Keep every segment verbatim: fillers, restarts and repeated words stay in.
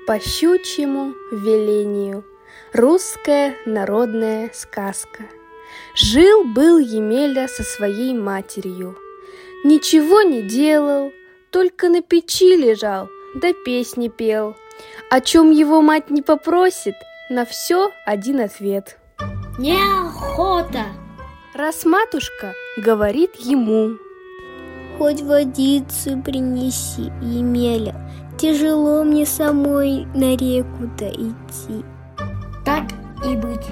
По щучьему велению. Русская народная сказка. Жил-был Емеля со своей матерью. Ничего не делал, только на печи лежал, да песни пел. О чем его мать не попросит, на все один ответ. Неохота! Раз матушка говорит ему: хоть водицы принеси, Емеля, тяжело мне самой на реку-то идти. Так и быть.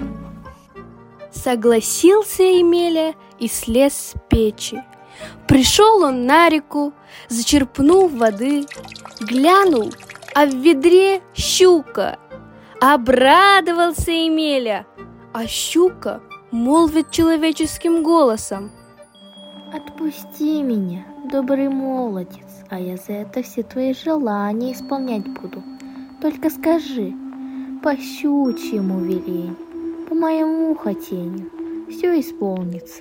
Согласился Емеля и слез с печи. Пришел он на реку, зачерпнул воды, глянул, а в ведре щука. Обрадовался Емеля, а щука молвит человеческим голосом: отпусти меня, добрый молодец, а я за это все твои желания исполнять буду. Только скажи, по щучьему велению, по моему хотению, все исполнится.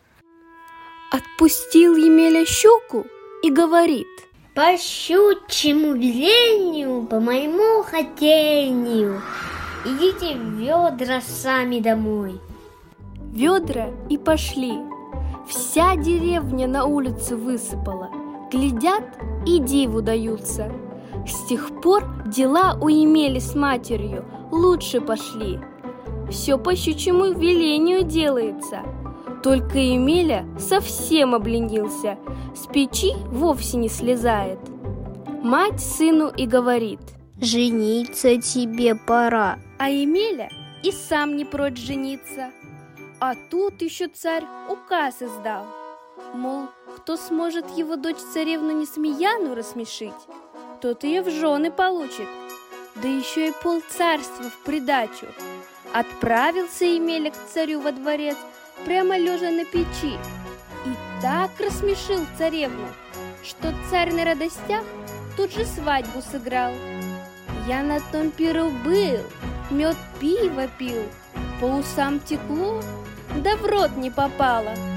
Отпустил Емеля щуку и говорит: по щучьему велению, по моему хотению, идите в ведра сами домой. Ведра и пошли. Вся деревня на улице высыпала. Глядят и диву даются. С тех пор дела у Емели с матерью лучше пошли. Все по щучьему велению делается. Только Емеля совсем обленился, с печи вовсе не слезает. Мать сыну и говорит: жениться тебе пора. А Емеля и сам не прочь жениться. А тут еще царь указ издал, мол, кто сможет его дочь-царевну Несмеяну рассмешить, тот ее в жены получит, да еще и полцарства в придачу. Отправился Емеля к царю во дворец, прямо лежа на печи, и так рассмешил царевну, что царь на радостях тут же свадьбу сыграл. Я на том пиру был, мед пиво пил, по усам текло, да в рот не попало.